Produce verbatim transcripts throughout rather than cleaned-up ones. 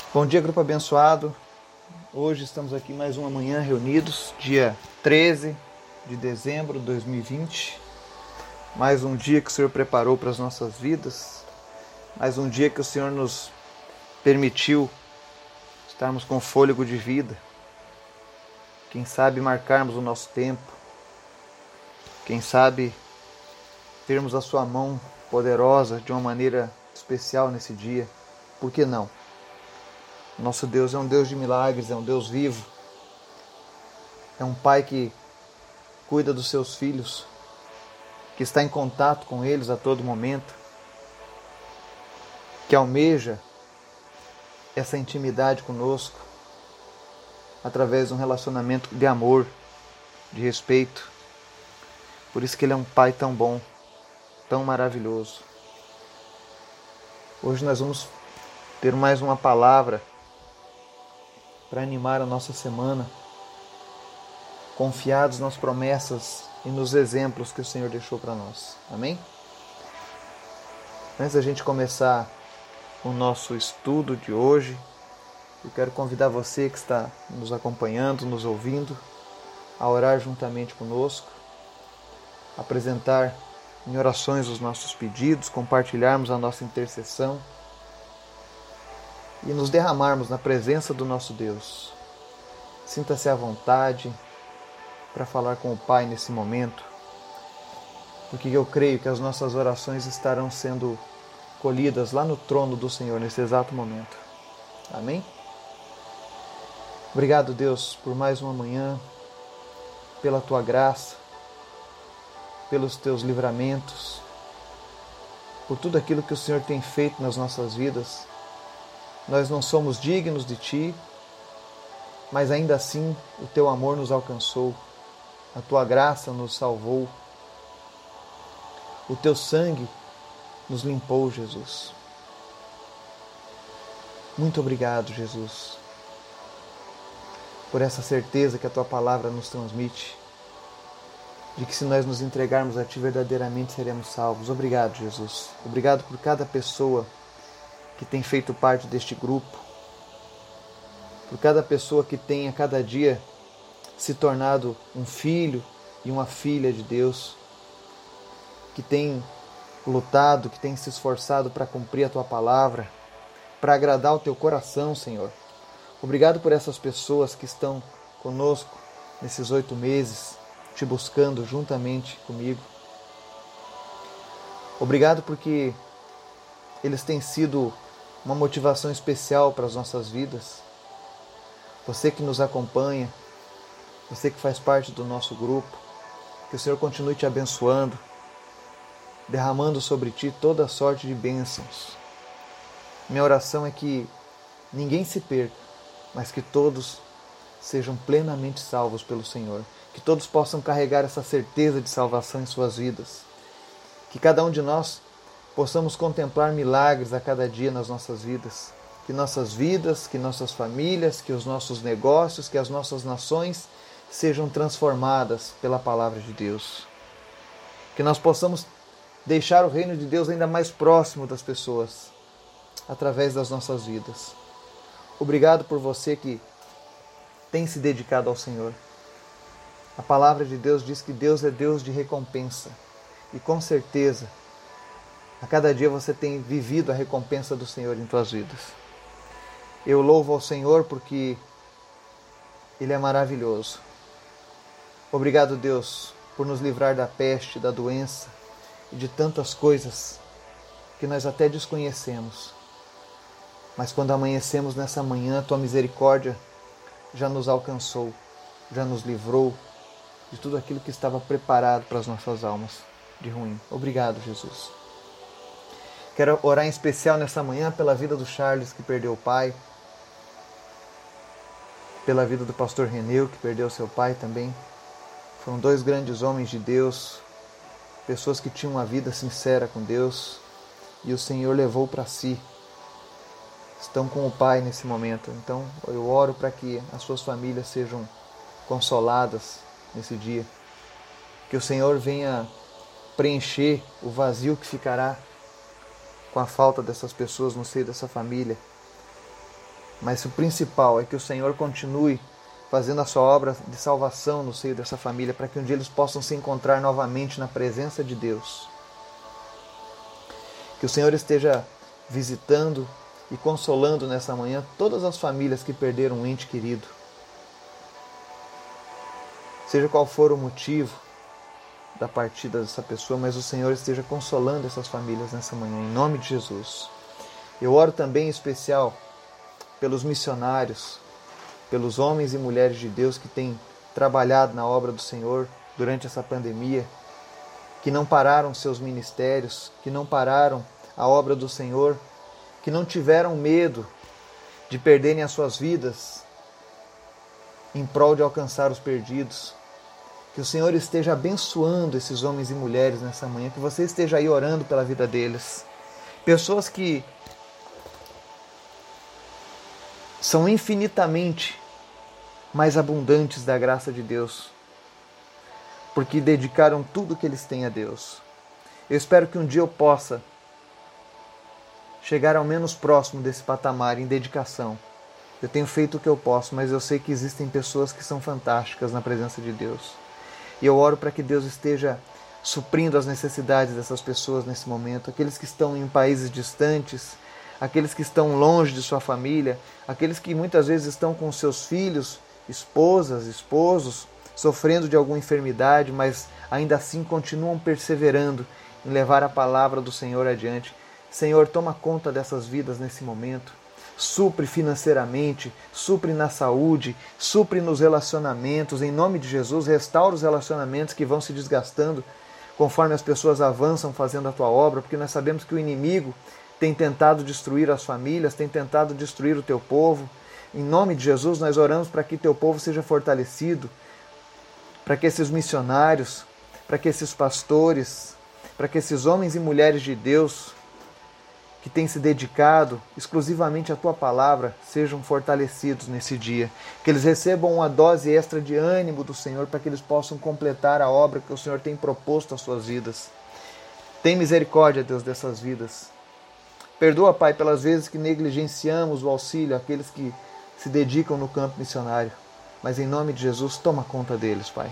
Bom dia, grupo abençoado. Hoje estamos aqui mais uma manhã reunidos, dia treze de dezembro de dois mil e vinte. Mais um dia que o Senhor preparou para as nossas vidas. Mais um dia que o Senhor nos permitiu estarmos com fôlego de vida. Quem sabe marcarmos o nosso tempo. Quem sabe termos a sua mão poderosa de uma maneira especial nesse dia. Por que não? Nosso Deus é um Deus de milagres, é um Deus vivo. É um Pai que cuida dos seus filhos, que está em contato com eles a todo momento, que almeja essa intimidade conosco através de um relacionamento de amor, de respeito. Por isso que Ele é um Pai tão bom, tão maravilhoso. Hoje nós vamos ter mais uma palavra para animar a nossa semana, confiados nas promessas e nos exemplos que o Senhor deixou para nós. Amém? Antes da gente começar o nosso estudo de hoje, eu quero convidar você que está nos acompanhando, nos ouvindo, a orar juntamente conosco, apresentar em orações os nossos pedidos, compartilharmos a nossa intercessão e nos derramarmos na presença do nosso Deus. Sinta-se à vontade para falar com o Pai nesse momento, porque eu creio que as nossas orações estarão sendo colhidas lá no trono do Senhor nesse exato momento. Amém? Obrigado, Deus, por mais uma manhã, pela Tua graça, pelos Teus livramentos, por tudo aquilo que o Senhor tem feito nas nossas vidas. Nós não somos dignos de Ti, mas ainda assim o Teu amor nos alcançou, a Tua graça nos salvou, o Teu sangue nos limpou, Jesus. Muito obrigado, Jesus, por essa certeza que a Tua palavra nos transmite, de que se nós nos entregarmos a Ti verdadeiramente seremos salvos. Obrigado, Jesus. Obrigado por cada pessoa que tem feito parte deste grupo, por cada pessoa que tem a cada dia se tornado um filho e uma filha de Deus, que tem lutado, que tem se esforçado para cumprir a Tua palavra, para agradar o Teu coração, Senhor. Obrigado por essas pessoas que estão conosco nesses oito meses, Te buscando juntamente comigo. Obrigado porque eles têm sido uma motivação especial para as nossas vidas. Você que nos acompanha, você que faz parte do nosso grupo, que o Senhor continue te abençoando, derramando sobre ti toda a sorte de bênçãos. Minha oração é que ninguém se perca, mas que todos sejam plenamente salvos pelo Senhor, que todos possam carregar essa certeza de salvação em suas vidas, que cada um de nós possamos contemplar milagres a cada dia nas nossas vidas, que nossas vidas, que nossas famílias, que os nossos negócios, que as nossas nações sejam transformadas pela palavra de Deus, que nós possamos deixar o reino de Deus ainda mais próximo das pessoas, através das nossas vidas. Obrigado por você que tem se dedicado ao Senhor. A palavra de Deus diz que Deus é Deus de recompensa, e com certeza a cada dia você tem vivido a recompensa do Senhor em tuas vidas. Eu louvo ao Senhor porque Ele é maravilhoso. Obrigado, Deus, por nos livrar da peste, da doença e de tantas coisas que nós até desconhecemos. Mas quando amanhecemos nessa manhã, Tua misericórdia já nos alcançou, já nos livrou de tudo aquilo que estava preparado para as nossas almas de ruim. Obrigado, Jesus. Quero orar em especial nessa manhã pela vida do Charles, que perdeu o pai, pela vida do pastor Reneu, que perdeu seu pai também. Foram dois grandes homens de Deus, pessoas que tinham uma vida sincera com Deus, e o Senhor levou para si. Estão com o Pai nesse momento. Então eu oro para que as suas famílias sejam consoladas nesse dia. Que o Senhor venha preencher o vazio que ficará com a falta dessas pessoas no seio dessa família. Mas o principal é que o Senhor continue fazendo a sua obra de salvação no seio dessa família, para que um dia eles possam se encontrar novamente na presença de Deus. Que o Senhor esteja visitando e consolando nessa manhã todas as famílias que perderam um ente querido. Seja qual for o motivo da partida dessa pessoa, mas o Senhor esteja consolando essas famílias nessa manhã, em nome de Jesus. Eu oro também em especial pelos missionários, pelos homens e mulheres de Deus que têm trabalhado na obra do Senhor durante essa pandemia, que não pararam seus ministérios, que não pararam a obra do Senhor, que não tiveram medo de perderem as suas vidas em prol de alcançar os perdidos. Que o Senhor esteja abençoando esses homens e mulheres nessa manhã, que você esteja aí orando pela vida deles. Pessoas que são infinitamente mais abundantes da graça de Deus, porque dedicaram tudo que eles têm a Deus. Eu espero que um dia eu possa chegar ao menos próximo desse patamar em dedicação. Eu tenho feito o que eu posso, mas eu sei que existem pessoas que são fantásticas na presença de Deus. E eu oro para que Deus esteja suprindo as necessidades dessas pessoas nesse momento, aqueles que estão em países distantes, aqueles que estão longe de sua família, aqueles que muitas vezes estão com seus filhos, esposas, esposos, sofrendo de alguma enfermidade, mas ainda assim continuam perseverando em levar a palavra do Senhor adiante. Senhor, toma conta dessas vidas nesse momento. Supre financeiramente, supre na saúde, supre nos relacionamentos. Em nome de Jesus, restaura os relacionamentos que vão se desgastando conforme as pessoas avançam fazendo a tua obra, porque nós sabemos que o inimigo tem tentado destruir as famílias, tem tentado destruir o teu povo. Em nome de Jesus, nós oramos para que teu povo seja fortalecido, para que esses missionários, para que esses pastores, para que esses homens e mulheres de Deus que têm se dedicado exclusivamente à tua palavra sejam fortalecidos nesse dia, que eles recebam uma dose extra de ânimo do Senhor para que eles possam completar a obra que o Senhor tem proposto às suas vidas. Tem misericórdia, Deus, dessas vidas. Perdoa, Pai, pelas vezes que negligenciamos o auxílio àqueles que se dedicam no campo missionário. Mas em nome de Jesus, toma conta deles, Pai.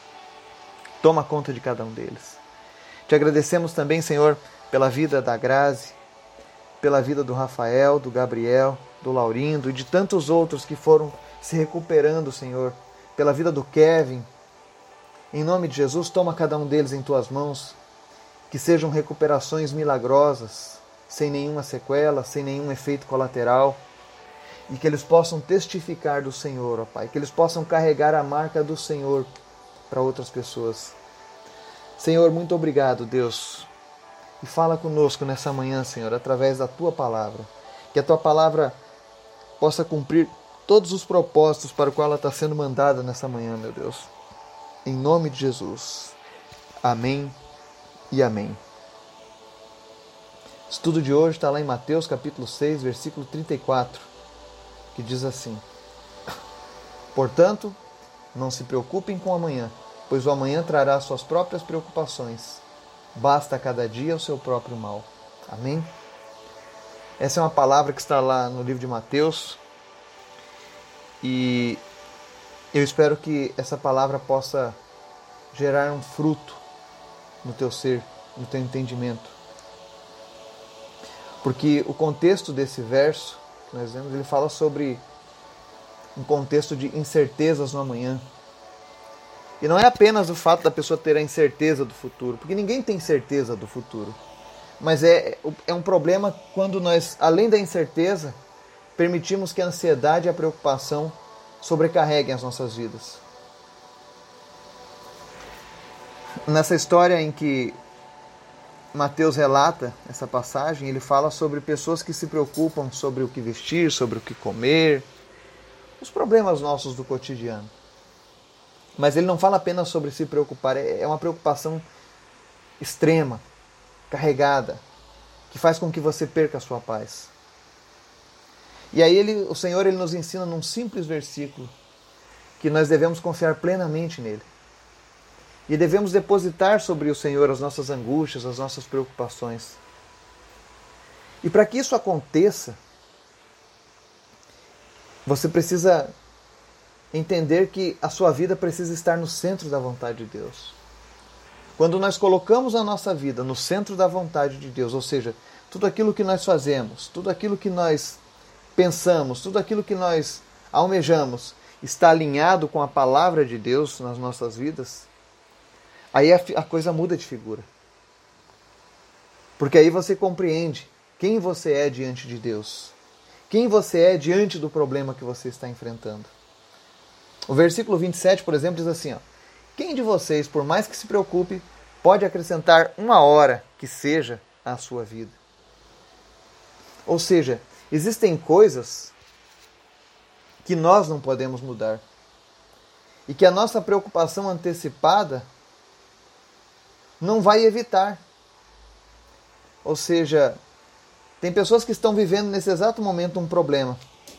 Toma conta de cada um deles. Te agradecemos também, Senhor, pela vida da Grazi, pela vida do Rafael, do Gabriel, do Laurindo e de tantos outros que foram se recuperando, Senhor, pela vida do Kevin. Em nome de Jesus, toma cada um deles em tuas mãos, que sejam recuperações milagrosas, sem nenhuma sequela, sem nenhum efeito colateral, e que eles possam testificar do Senhor, ó Pai, que eles possam carregar a marca do Senhor para outras pessoas. Senhor, muito obrigado, Deus. E fala conosco nessa manhã, Senhor, através da Tua Palavra. Que a Tua Palavra possa cumprir todos os propósitos para o qual ela está sendo mandada nessa manhã, meu Deus. Em nome de Jesus. Amém e amém. O estudo de hoje está lá em Mateus capítulo seis, versículo trinta e quatro, que diz assim: Portanto, não se preocupem com o amanhã, pois o amanhã trará suas próprias preocupações. Basta a cada dia o seu próprio mal. Amém? Essa é uma palavra que está lá no livro de Mateus. E eu espero que essa palavra possa gerar um fruto no teu ser, no teu entendimento. Porque o contexto desse verso que nós vemos, ele fala sobre um contexto de incertezas no amanhã. E não é apenas o fato da pessoa ter a incerteza do futuro, porque ninguém tem certeza do futuro. Mas é, é um problema quando nós, além da incerteza, permitimos que a ansiedade e a preocupação sobrecarreguem as nossas vidas. Nessa história em que Mateus relata essa passagem, ele fala sobre pessoas que se preocupam sobre o que vestir, sobre o que comer, os problemas nossos do cotidiano. Mas ele não fala apenas sobre se preocupar, é uma preocupação extrema, carregada, que faz com que você perca a sua paz. E aí ele, o Senhor ele nos ensina num simples versículo que nós devemos confiar plenamente nele. E devemos depositar sobre o Senhor as nossas angústias, as nossas preocupações. E para que isso aconteça, Você precisa entender que a sua vida precisa estar no centro da vontade de Deus. Quando nós colocamos a nossa vida no centro da vontade de Deus, ou seja, tudo aquilo que nós fazemos, tudo aquilo que nós pensamos, tudo aquilo que nós almejamos está alinhado com a palavra de Deus nas nossas vidas, aí a, a coisa muda de figura. Porque aí você compreende quem você é diante de Deus. Quem você é diante do problema que você está enfrentando. O versículo vinte e sete, por exemplo, diz assim, ó, quem de vocês, por mais que se preocupe, pode acrescentar uma hora que seja à sua vida? Ou seja, existem coisas que nós não podemos mudar. E que a nossa preocupação antecipada não vai evitar. Ou seja, tem pessoas que estão vivendo nesse exato momento um problema.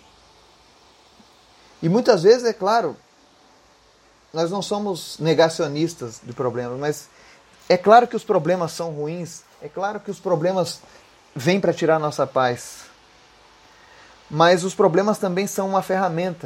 E muitas vezes, é claro, nós não somos negacionistas de problemas, mas é claro que os problemas são ruins, é claro que os problemas vêm para tirar a nossa paz. Mas os problemas também são uma ferramenta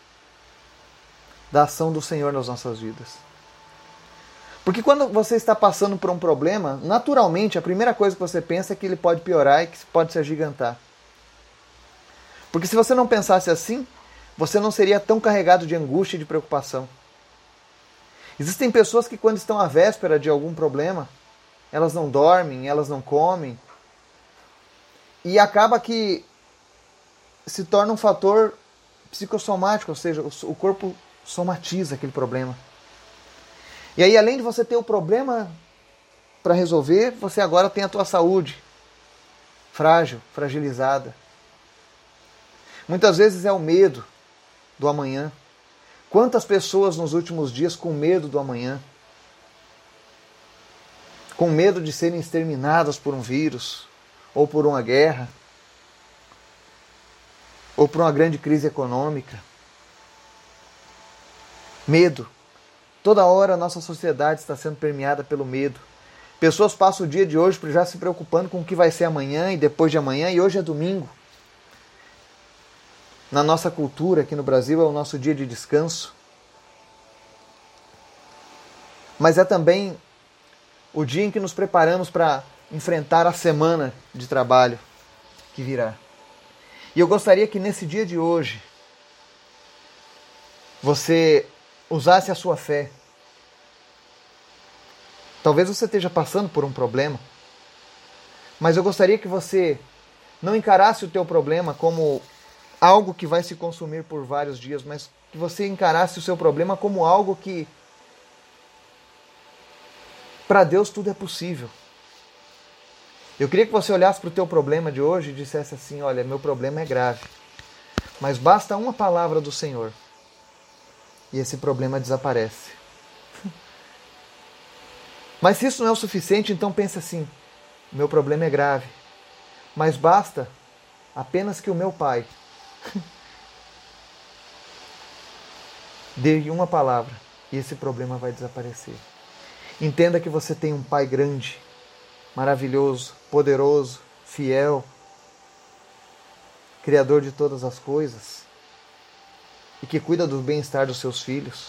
da ação do Senhor nas nossas vidas. Porque quando você está passando por um problema, naturalmente a primeira coisa que você pensa é que ele pode piorar e que pode se agigantar. Porque se você não pensasse assim, você não seria tão carregado de angústia e de preocupação. Existem pessoas que quando estão à véspera de algum problema, elas não dormem, elas não comem, e acaba que se torna um fator psicossomático, ou seja, o corpo somatiza aquele problema. E aí, além de você ter o problema para resolver, você agora tem a tua saúde frágil, fragilizada. Muitas vezes é o medo do amanhã. Quantas pessoas nos últimos dias com medo do amanhã? Com medo de serem exterminadas por um vírus, ou por uma guerra, ou por uma grande crise econômica. Medo. Toda hora a nossa sociedade está sendo permeada pelo medo. Pessoas passam o dia de hoje já se preocupando com o que vai ser amanhã e depois de amanhã, e hoje é domingo. Na nossa cultura, aqui no Brasil, é o nosso dia de descanso. Mas é também o dia em que nos preparamos para enfrentar a semana de trabalho que virá. E eu gostaria que nesse dia de hoje você usasse a sua fé. Talvez você esteja passando por um problema, mas eu gostaria que você não encarasse o teu problema como algo que vai se consumir por vários dias, mas que você encarasse o seu problema como algo que para Deus tudo é possível. Eu queria que você olhasse para o teu problema de hoje e dissesse assim, olha, meu problema é grave, mas basta uma palavra do Senhor e esse problema desaparece. Mas se isso não é o suficiente, então pense assim, meu problema é grave, mas basta apenas que o meu Pai dê uma palavra e esse problema vai desaparecer. Entenda que você tem um Pai grande, maravilhoso, poderoso, fiel, Criador de todas as coisas e que cuida do bem-estar dos seus filhos.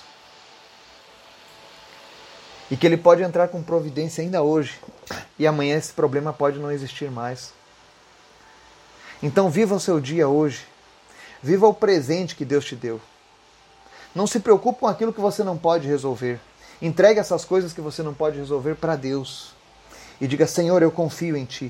E que Ele pode entrar com providência ainda hoje e amanhã esse problema pode não existir mais. Então viva o seu dia hoje. Viva o presente que Deus te deu. Não se preocupe com aquilo que você não pode resolver. Entregue essas coisas que você não pode resolver para Deus. E diga, Senhor, eu confio em Ti.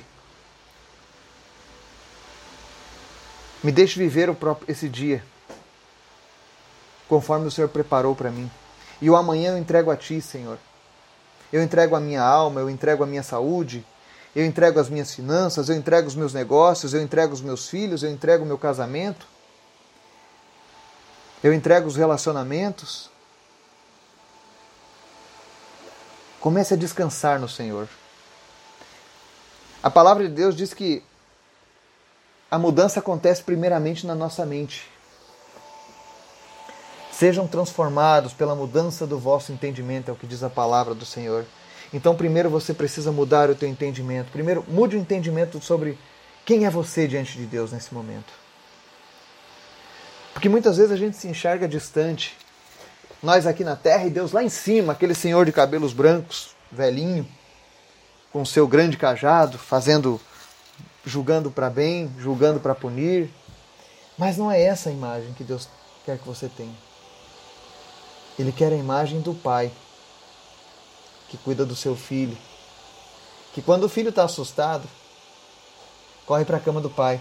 Me deixe viver o próprio, esse dia conforme o Senhor preparou para mim. E o amanhã eu entrego a Ti, Senhor. Eu entrego a minha alma, eu entrego a minha saúde, eu entrego as minhas finanças, eu entrego os meus negócios, eu entrego os meus filhos, eu entrego o meu casamento, eu entrego os relacionamentos. Comece a descansar no Senhor. A palavra de Deus diz que a mudança acontece primeiramente na nossa mente. Sejam transformados pela mudança do vosso entendimento, é o que diz a palavra do Senhor. Então, primeiro você precisa mudar o teu entendimento. Primeiro, mude o entendimento sobre quem é você diante de Deus nesse momento. Porque muitas vezes a gente se enxerga distante. Nós aqui na terra e Deus lá em cima, aquele senhor de cabelos brancos, velhinho, com seu grande cajado, fazendo, julgando para bem, julgando para punir. Mas não é essa a imagem que Deus quer que você tenha. Ele quer a imagem do pai, que cuida do seu filho, que quando o filho está assustado, corre para a cama do pai.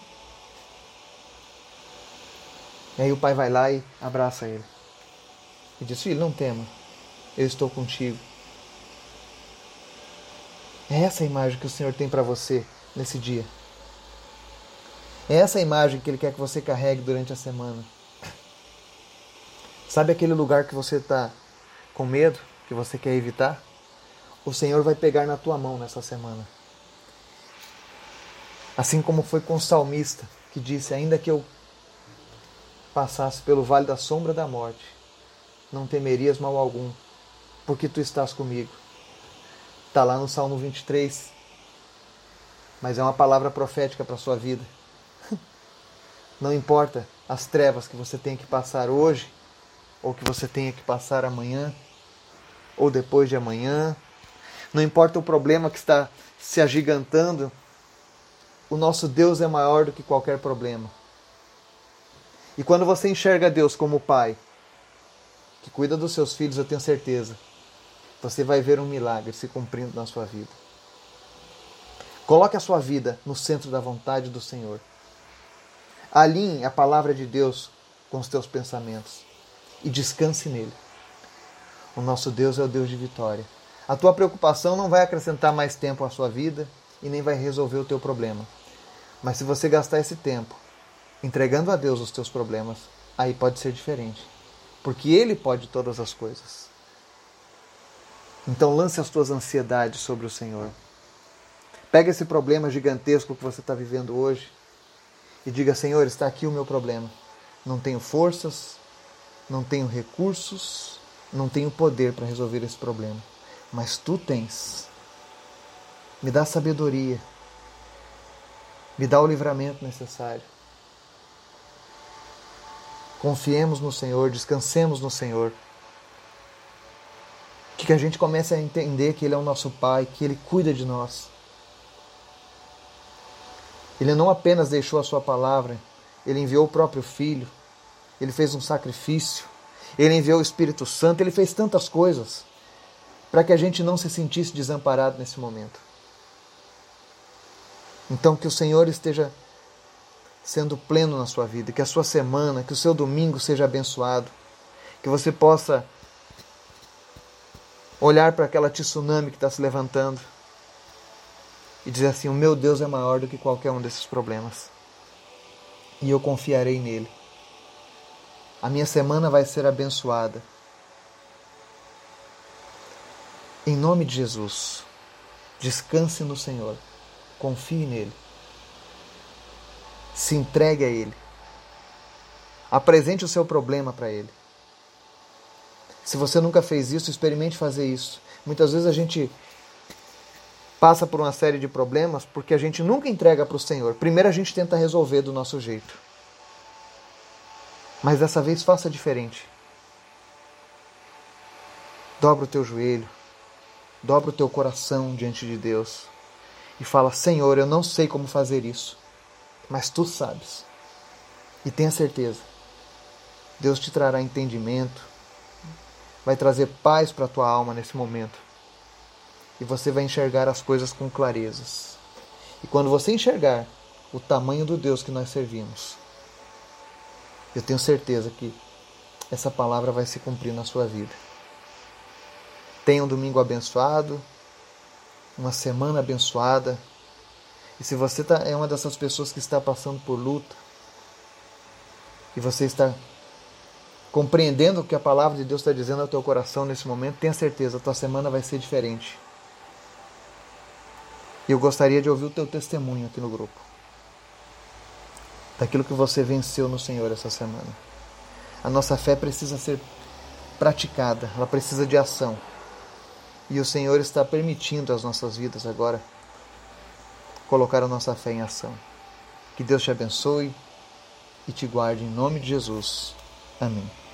E aí o pai vai lá e abraça ele. E diz, filho, não tema, eu estou contigo. É essa a imagem que o Senhor tem para você nesse dia. É essa a imagem que Ele quer que você carregue durante a semana. Sabe aquele lugar que você está com medo, que você quer evitar? O Senhor vai pegar na tua mão nessa semana. Assim como foi com o salmista, que disse, ainda que eu passasse pelo vale da sombra da morte, não temerias mal algum, porque tu estás comigo. Está lá no Salmo vinte e três, mas é uma palavra profética para a sua vida. Não importa as trevas que você tenha que passar hoje, ou que você tenha que passar amanhã, ou depois de amanhã, não importa o problema que está se agigantando, o nosso Deus é maior do que qualquer problema. E quando você enxerga Deus como Pai, que cuida dos seus filhos, eu tenho certeza, você vai ver um milagre se cumprindo na sua vida. Coloque a sua vida no centro da vontade do Senhor. Alinhe a palavra de Deus com os teus pensamentos e descanse nele. O nosso Deus é o Deus de vitória. A tua preocupação não vai acrescentar mais tempo à sua vida e nem vai resolver o teu problema. Mas se você gastar esse tempo entregando a Deus os teus problemas, aí pode ser diferente. Porque Ele pode todas as coisas. Então lance as tuas ansiedades sobre o Senhor. Pega esse problema gigantesco que você está vivendo hoje e diga, Senhor, está aqui o meu problema. Não tenho forças, não tenho recursos, não tenho poder para resolver esse problema. Mas Tu tens. Me dá sabedoria. Me dá o livramento necessário. Confiemos no Senhor, descansemos no Senhor. Que a gente comece a entender que Ele é o nosso Pai, que Ele cuida de nós. Ele não apenas deixou a sua palavra, Ele enviou o próprio Filho, Ele fez um sacrifício, Ele enviou o Espírito Santo, Ele fez tantas coisas para que a gente não se sentisse desamparado nesse momento. Então que o Senhor esteja sendo pleno na sua vida, que a sua semana, que o seu domingo seja abençoado, que você possa olhar para aquela tsunami que está se levantando e dizer assim, o meu Deus é maior do que qualquer um desses problemas e eu confiarei nele. A minha semana vai ser abençoada. Em nome de Jesus, descanse no Senhor, confie nele. Se entregue a Ele. Apresente o seu problema para Ele. Se você nunca fez isso, experimente fazer isso. Muitas vezes a gente passa por uma série de problemas porque a gente nunca entrega para o Senhor. Primeiro a gente tenta resolver do nosso jeito. Mas dessa vez faça diferente. Dobra o teu joelho. Dobra o teu coração diante de Deus. E fala, Senhor, eu não sei como fazer isso. Mas Tu sabes. E tenha certeza. Deus te trará entendimento. Vai trazer paz para a tua alma nesse momento. E você vai enxergar as coisas com clarezas. E quando você enxergar o tamanho do Deus que nós servimos, eu tenho certeza que essa palavra vai se cumprir na sua vida. Tenha um domingo abençoado, uma semana abençoada. E se você tá, é uma dessas pessoas que está passando por luta, e você está compreendendo o que a palavra de Deus está dizendo ao teu coração nesse momento, tenha certeza, a tua semana vai ser diferente. E eu gostaria de ouvir o teu testemunho aqui no grupo. Daquilo que você venceu no Senhor essa semana. A nossa fé precisa ser praticada, ela precisa de ação. E o Senhor está permitindo as nossas vidas agora colocar a nossa fé em ação. Que Deus te abençoe. e te guarde em nome de Jesus. Amém.